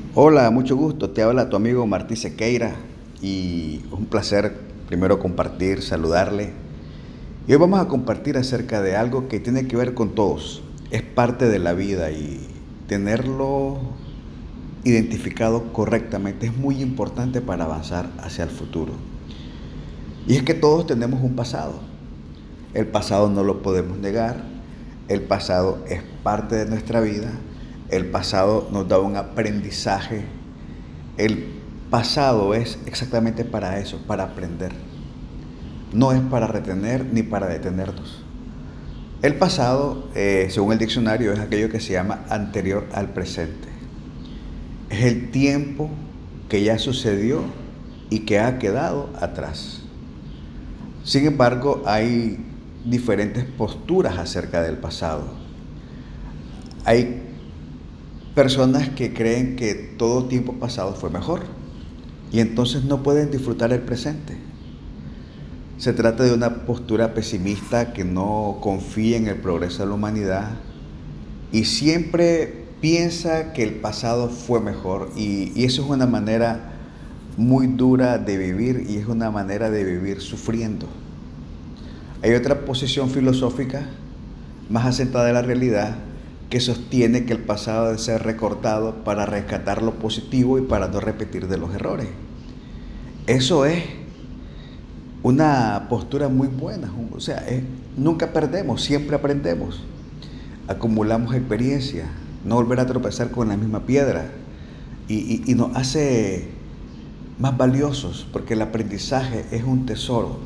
Hola, mucho gusto. Te habla tu amigo Martí Sequeira y es un placer primero compartir, saludarle. Y hoy vamos a compartir acerca de algo que tiene que ver con todos. Es parte de la vida y tenerlo identificado correctamente es muy importante para avanzar hacia el futuro. Y es que todos tenemos un pasado. El pasado no lo podemos negar. El pasado es parte de nuestra vida. El pasado nos da un aprendizaje. El pasado es exactamente para eso, para aprender. No es para retener ni para detenernos. El pasado, según el diccionario, es aquello que se llama anterior al presente. Es el tiempo que ya sucedió y que ha quedado atrás. Sin embargo, hay diferentes posturas acerca del pasado. Hay personas que creen que todo tiempo pasado fue mejor y entonces no pueden disfrutar el presente. Se trata de una postura pesimista que no confía en el progreso de la humanidad y siempre piensa que el pasado fue mejor y eso es una manera muy dura de vivir y es una manera de vivir sufriendo. Hay otra posición filosófica más asentada en la realidad que sostiene que el pasado debe ser recortado para rescatar lo positivo y para no repetir de los errores. Eso es una postura muy buena, o sea, nunca perdemos, siempre aprendemos, acumulamos experiencia, no volver a tropezar con la misma piedra y nos hace más valiosos porque el aprendizaje es un tesoro.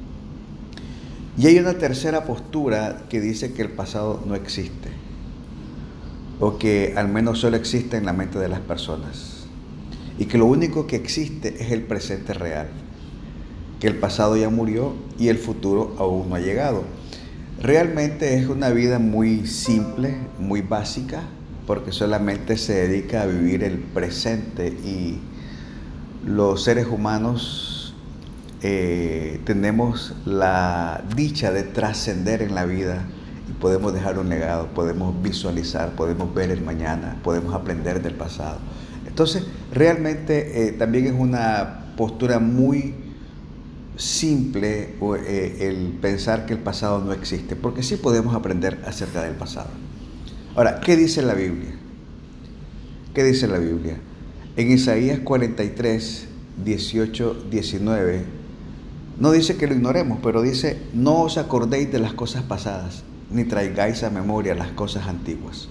Y hay una tercera postura que dice que el pasado no existe, o que al menos solo existe en la mente de las personas, y que lo único que existe es el presente real, que el pasado ya murió y el futuro aún no ha llegado. Realmente es una vida muy simple, muy básica, porque solamente se dedica a vivir el presente y los seres humanos tenemos la dicha de trascender en la vida y podemos dejar un legado, podemos visualizar, podemos ver el mañana, podemos aprender del pasado. Entonces, realmente también es una postura muy simple el pensar que el pasado no existe, porque sí podemos aprender acerca del pasado. Ahora, ¿qué dice la Biblia? ¿Qué dice la Biblia? En Isaías 43, 18, 19, no dice que lo ignoremos, pero dice: no os acordéis de las cosas pasadas, ni traigáis a memoria las cosas antiguas.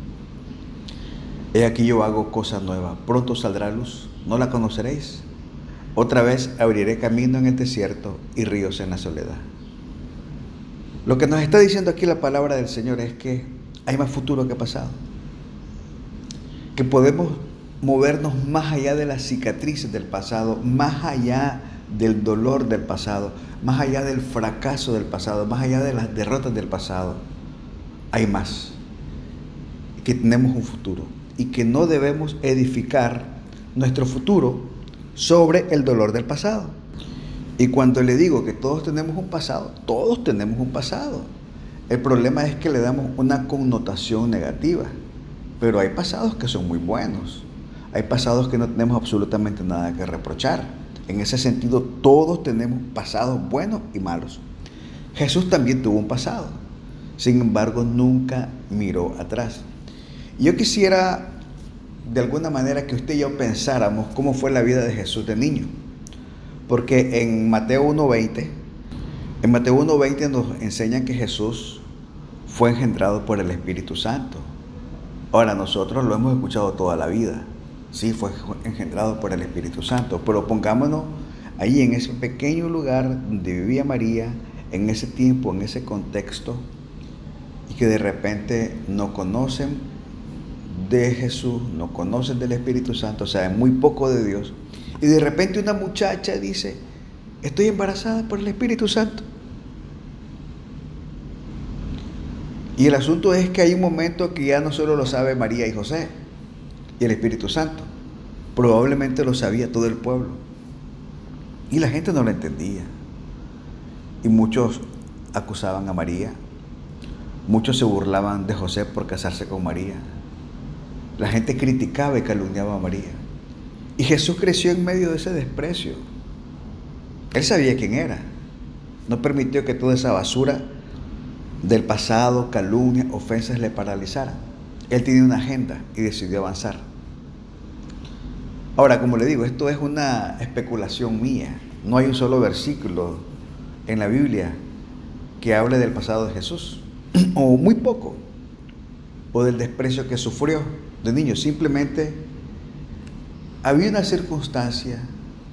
He aquí yo hago cosa nueva, pronto saldrá luz, ¿no la conoceréis? Otra vez abriré camino en el desierto y ríos en la soledad. Lo que nos está diciendo aquí la palabra del Señor es que hay más futuro que pasado, que podemos movernos más allá de las cicatrices del pasado, más allá del dolor del pasado, más allá del fracaso del pasado, más allá de las derrotas del pasado. Hay más, que tenemos un futuro y que no debemos edificar nuestro futuro sobre el dolor del pasado. Y cuando le digo que todos tenemos un pasado, todos tenemos un pasado. El problema es que le damos una connotación negativa, pero hay pasados que son muy buenos. Hay pasados que no tenemos absolutamente nada que reprochar. En ese sentido, todos tenemos pasados buenos y malos. Jesús también tuvo un pasado, sin embargo, nunca miró atrás. Y yo quisiera, de alguna manera, que usted y yo pensáramos cómo fue la vida de Jesús de niño. Porque en Mateo 1:20 nos enseña que Jesús fue engendrado por el Espíritu Santo. Ahora, nosotros lo hemos escuchado toda la vida. Sí, fue engendrado por el Espíritu Santo, pero pongámonos ahí en ese pequeño lugar donde vivía María, en ese tiempo, en ese contexto, y que de repente no conocen de Jesús, no conocen del Espíritu Santo, saben muy poco de Dios, y de repente una muchacha dice: estoy embarazada por el Espíritu Santo. Y el asunto es que hay un momento que ya no solo lo sabe María y José y el Espíritu Santo, probablemente lo sabía todo el pueblo. Y la gente no lo entendía. Y muchos acusaban a María, muchos se burlaban de José por casarse con María. La gente criticaba y calumniaba a María. Y Jesús creció en medio de ese desprecio. Él sabía quién era. No permitió que toda esa basura del pasado, calumnias, ofensas le paralizara. Él tenía una agenda y decidió avanzar. Ahora, como le digo, esto es una especulación mía. No hay un solo versículo en la Biblia que hable del pasado de Jesús, o muy poco, o del desprecio que sufrió de niño. Simplemente había una circunstancia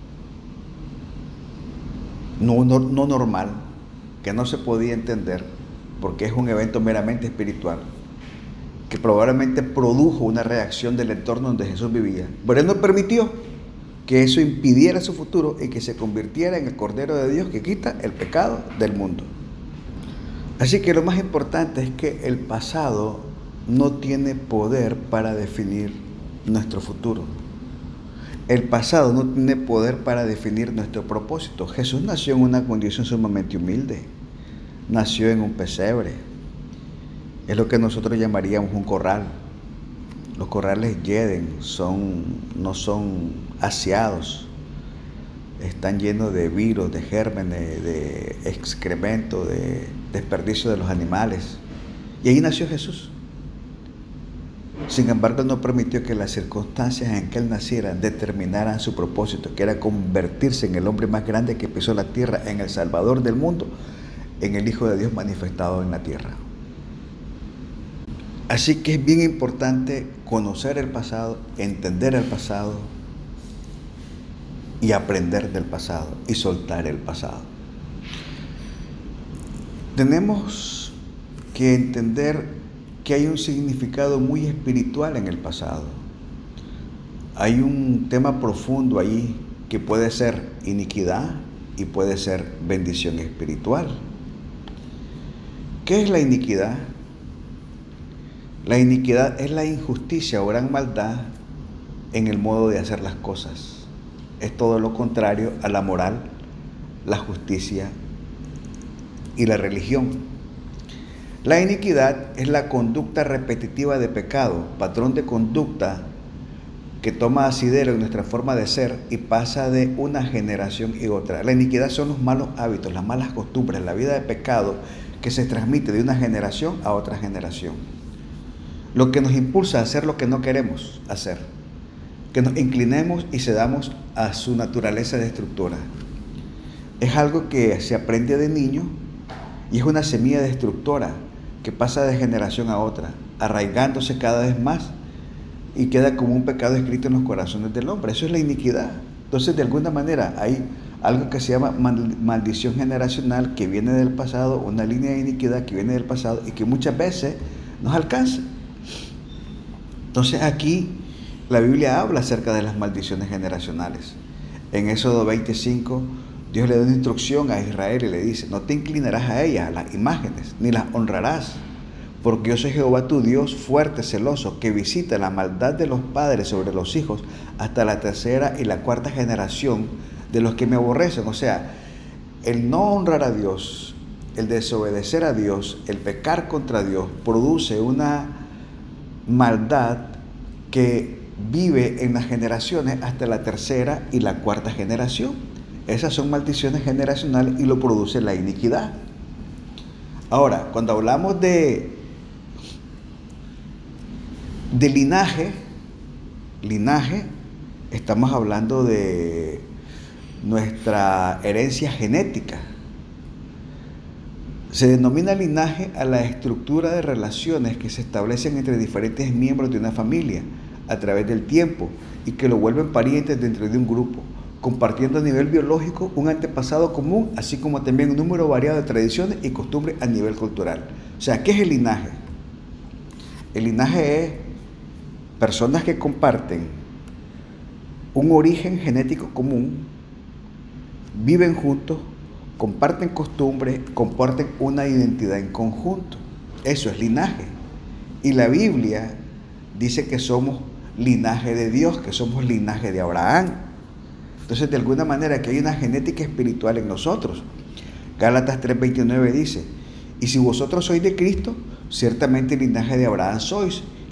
no normal, que no se podía entender, porque es un evento meramente espiritual, que probablemente produjo una reacción del entorno donde Jesús vivía, pero Él no permitió que eso impidiera su futuro y que se convirtiera en el Cordero de Dios que quita el pecado del mundo. Así que lo más importante es que el pasado no tiene poder para definir nuestro futuro. El pasado no tiene poder para definir nuestro propósito. Jesús nació en una condición sumamente humilde. Nació en un pesebre. Es lo que nosotros llamaríamos un corral. Los corrales yeden, no son aseados. Están llenos de virus, de gérmenes, de excremento, de desperdicio de los animales. Y ahí nació Jesús. Sin embargo, Él no permitió que las circunstancias en que Él naciera determinaran su propósito, que era convertirse en el hombre más grande que pisó la tierra, en el Salvador del mundo, en el Hijo de Dios manifestado en la tierra. Así que es bien importante conocer el pasado, entender el pasado y aprender del pasado y soltar el pasado. Tenemos que entender que hay un significado muy espiritual en el pasado. Hay un tema profundo ahí que puede ser iniquidad y puede ser bendición espiritual. ¿Qué es la iniquidad? La iniquidad es la injusticia o gran maldad en el modo de hacer las cosas. Es todo lo contrario a la moral, la justicia y la religión. La iniquidad es la conducta repetitiva de pecado, patrón de conducta que toma asidero en nuestra forma de ser y pasa de una generación y otra. La iniquidad son los malos hábitos, las malas costumbres, la vida de pecado que se transmite de una generación a otra generación. Lo que nos impulsa a hacer lo que no queremos hacer, que nos inclinemos y cedamos a su naturaleza destructora. Es algo que se aprende de niño y es una semilla destructora que pasa de generación a otra, arraigándose cada vez más y queda como un pecado escrito en los corazones del hombre. Eso es la iniquidad. Entonces, de alguna manera, hay algo que se llama maldición generacional que viene del pasado, una línea de iniquidad que viene del pasado y que muchas veces nos alcanza. Entonces, aquí la Biblia habla acerca de las maldiciones generacionales. En Éxodo 25, Dios le da una instrucción a Israel y le dice: no te inclinarás a ellas, a las imágenes, ni las honrarás, porque yo soy Jehová tu Dios, fuerte, celoso, que visita la maldad de los padres sobre los hijos hasta la tercera y la cuarta generación de los que me aborrecen. O sea, el no honrar a Dios, el desobedecer a Dios, el pecar contra Dios, produce una maldad que vive en las generaciones hasta la tercera y la cuarta generación. Esas son maldiciones generacionales y lo produce la iniquidad. Ahora, cuando hablamos de linaje, estamos hablando de nuestra herencia genética. Se denomina linaje a la estructura de relaciones que se establecen entre diferentes miembros de una familia a través del tiempo y que lo vuelven parientes dentro de un grupo, compartiendo a nivel biológico un antepasado común, así como también un número variado de tradiciones y costumbres a nivel cultural. O sea, ¿qué es el linaje? El linaje es personas que comparten un origen genético común, viven juntos, comparten costumbres, comparten una identidad en conjunto. Eso es linaje. Y la Biblia dice que somos linaje de Dios, que somos linaje de Abraham. Entonces, de alguna manera, que hay una genética espiritual en nosotros. Gálatas 3:29 dice: y si vosotros sois de Cristo, ciertamente linaje de Abraham sois,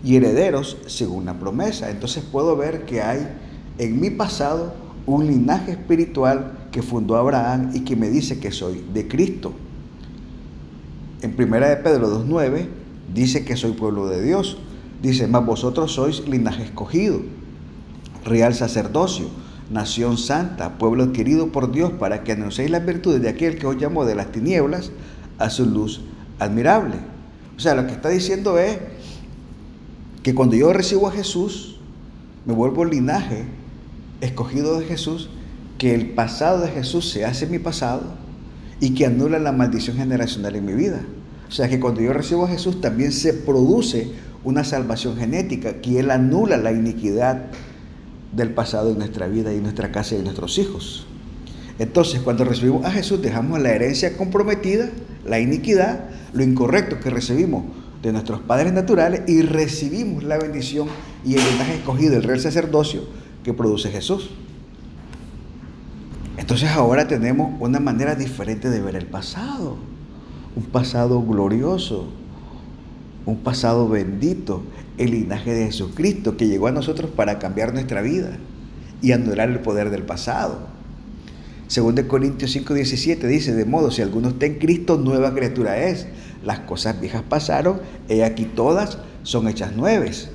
y herederos según la promesa. Entonces puedo ver que hay en mi pasado un linaje espiritual que fundó Abraham y que me dice que soy de Cristo. En 1 de Pedro 2:9 dice que soy pueblo de Dios. Dice, mas vosotros sois linaje escogido, real sacerdocio, nación santa, pueblo adquirido por Dios, para que anunciéis las virtudes de aquel que os llamó de las tinieblas a su luz admirable. O sea, lo que está diciendo es que cuando yo recibo a Jesús, me vuelvo linaje escogido de Jesús, que el pasado de Jesús se hace mi pasado y que anula la maldición generacional en mi vida. O sea, que cuando yo recibo a Jesús también se produce una salvación genética, que Él anula la iniquidad del pasado en nuestra vida y en nuestra casa y en nuestros hijos. Entonces, cuando recibimos a Jesús, dejamos la herencia comprometida, la iniquidad, lo incorrecto que recibimos de nuestros padres naturales, y recibimos la bendición y el linaje escogido, el real sacerdocio que produce Jesús. Entonces ahora tenemos una manera diferente de ver el pasado, un pasado glorioso, un pasado bendito, el linaje de Jesucristo que llegó a nosotros para cambiar nuestra vida y anular el poder del pasado. Según de Corintios 5:17 dice, de modo si alguno está en Cristo, nueva criatura es. Las cosas viejas pasaron, he aquí todas son hechas nuevas.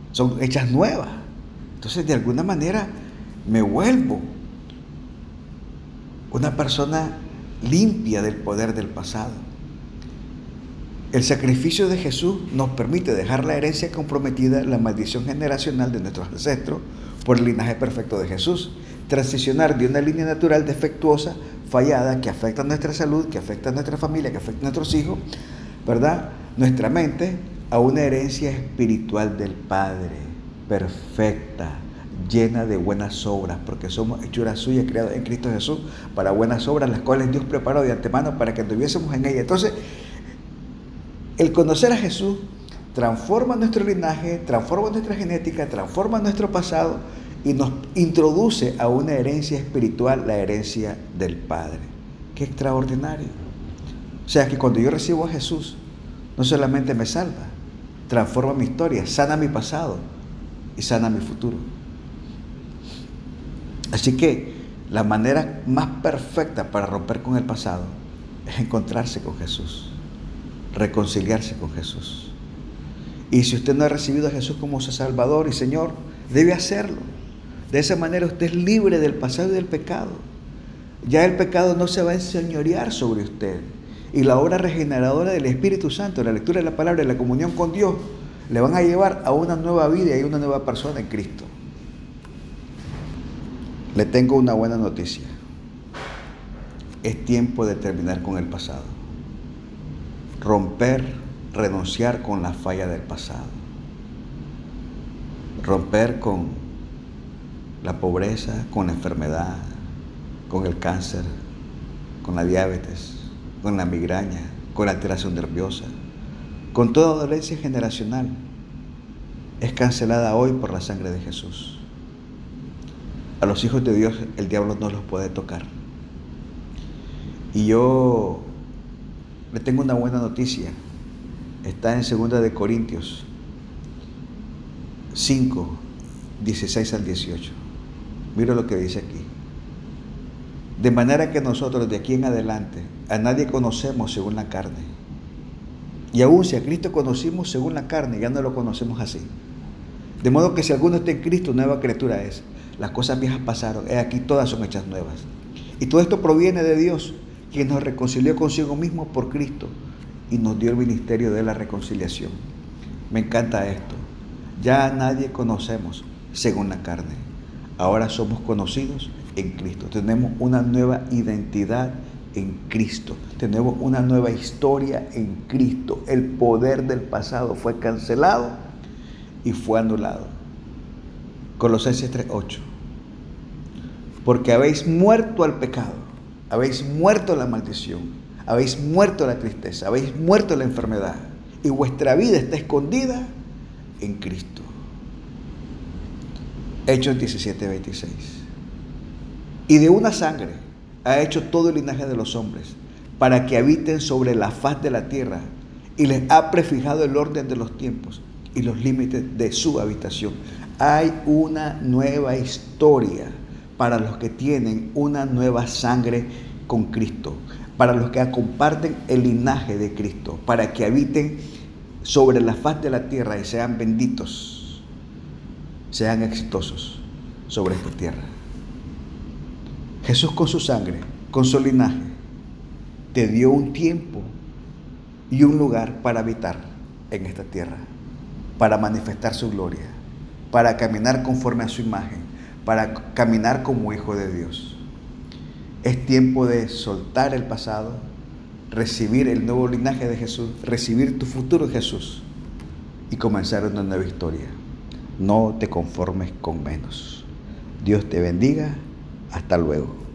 Entonces de alguna manera me vuelvo una persona limpia del poder del pasado. El sacrificio de Jesús nos permite dejar la herencia comprometida, la maldición generacional de nuestros ancestros por el linaje perfecto de Jesús. Transicionar de una línea natural defectuosa, fallada, que afecta a nuestra salud, que afecta a nuestra familia, que afecta a nuestros hijos, ¿verdad? Nuestra mente, a una herencia espiritual del Padre, perfecta, llena de buenas obras, porque somos hechura suya, creados en Cristo Jesús para buenas obras, las cuales Dios preparó de antemano para que anduviésemos en ella. Entonces, el conocer a Jesús transforma nuestro linaje, transforma nuestra genética, transforma nuestro pasado y nos introduce a una herencia espiritual, la herencia del Padre. ¡Qué extraordinario! O sea que cuando yo recibo a Jesús, no solamente me salva, transforma mi historia, sana mi pasado y sana mi futuro. Así que la manera más perfecta para romper con el pasado es encontrarse con Jesús, reconciliarse con Jesús. Y si usted no ha recibido a Jesús como su Salvador y Señor, debe hacerlo. De esa manera usted es libre del pasado y del pecado. Ya el pecado no se va a enseñorear sobre usted. Y la obra regeneradora del Espíritu Santo, la lectura de la palabra y la comunión con Dios, le van a llevar a una nueva vida y a una nueva persona en Cristo. Le tengo una buena noticia. Es tiempo de terminar con el pasado. Romper, renunciar con la falla del pasado. Romper con la pobreza, con la enfermedad, con el cáncer, con la diabetes, con la migraña, con la alteración nerviosa, con toda dolencia generacional. Es cancelada hoy por la sangre de Jesús. A los hijos de Dios el diablo no los puede tocar. Y yo le tengo una buena noticia. Está en 2 de Corintios 5, 16 al 18. Mira lo que dice aquí. De manera que nosotros de aquí en adelante a nadie conocemos según la carne. Y aún si a Cristo conocimos según la carne, ya no lo conocemos así. De modo que si alguno está en Cristo, nueva criatura es. Las cosas viejas pasaron, he aquí todas son hechas nuevas. Y todo esto proviene de Dios, quien nos reconcilió consigo mismo por Cristo y nos dio el ministerio de la reconciliación. Me encanta esto. Ya a nadie conocemos según la carne. Ahora somos conocidos en Cristo. Tenemos una nueva identidad en Cristo. Tenemos una nueva historia en Cristo. El poder del pasado fue cancelado y fue anulado. Colosenses 3:8. Porque habéis muerto al pecado, habéis muerto a la maldición, habéis muerto a la tristeza, habéis muerto a la enfermedad, y vuestra vida está escondida en Cristo. Hechos 17:26. Y de una sangre ha hecho todo el linaje de los hombres, para que habiten sobre la faz de la tierra, y les ha prefijado el orden de los tiempos, y los límites de su habitación. Hay una nueva historia para los que tienen una nueva sangre con Cristo, para los que comparten el linaje de Cristo, para que habiten sobre la faz de la tierra y sean benditos, sean exitosos sobre esta tierra. Jesús con su sangre, con su linaje, te dio un tiempo y un lugar para habitar en esta tierra, para manifestar su gloria, para caminar conforme a su imagen, para caminar como hijo de Dios. Es tiempo de soltar el pasado, recibir el nuevo linaje de Jesús, recibir tu futuro en Jesús y comenzar una nueva historia. No te conformes con menos. Dios te bendiga. Hasta luego.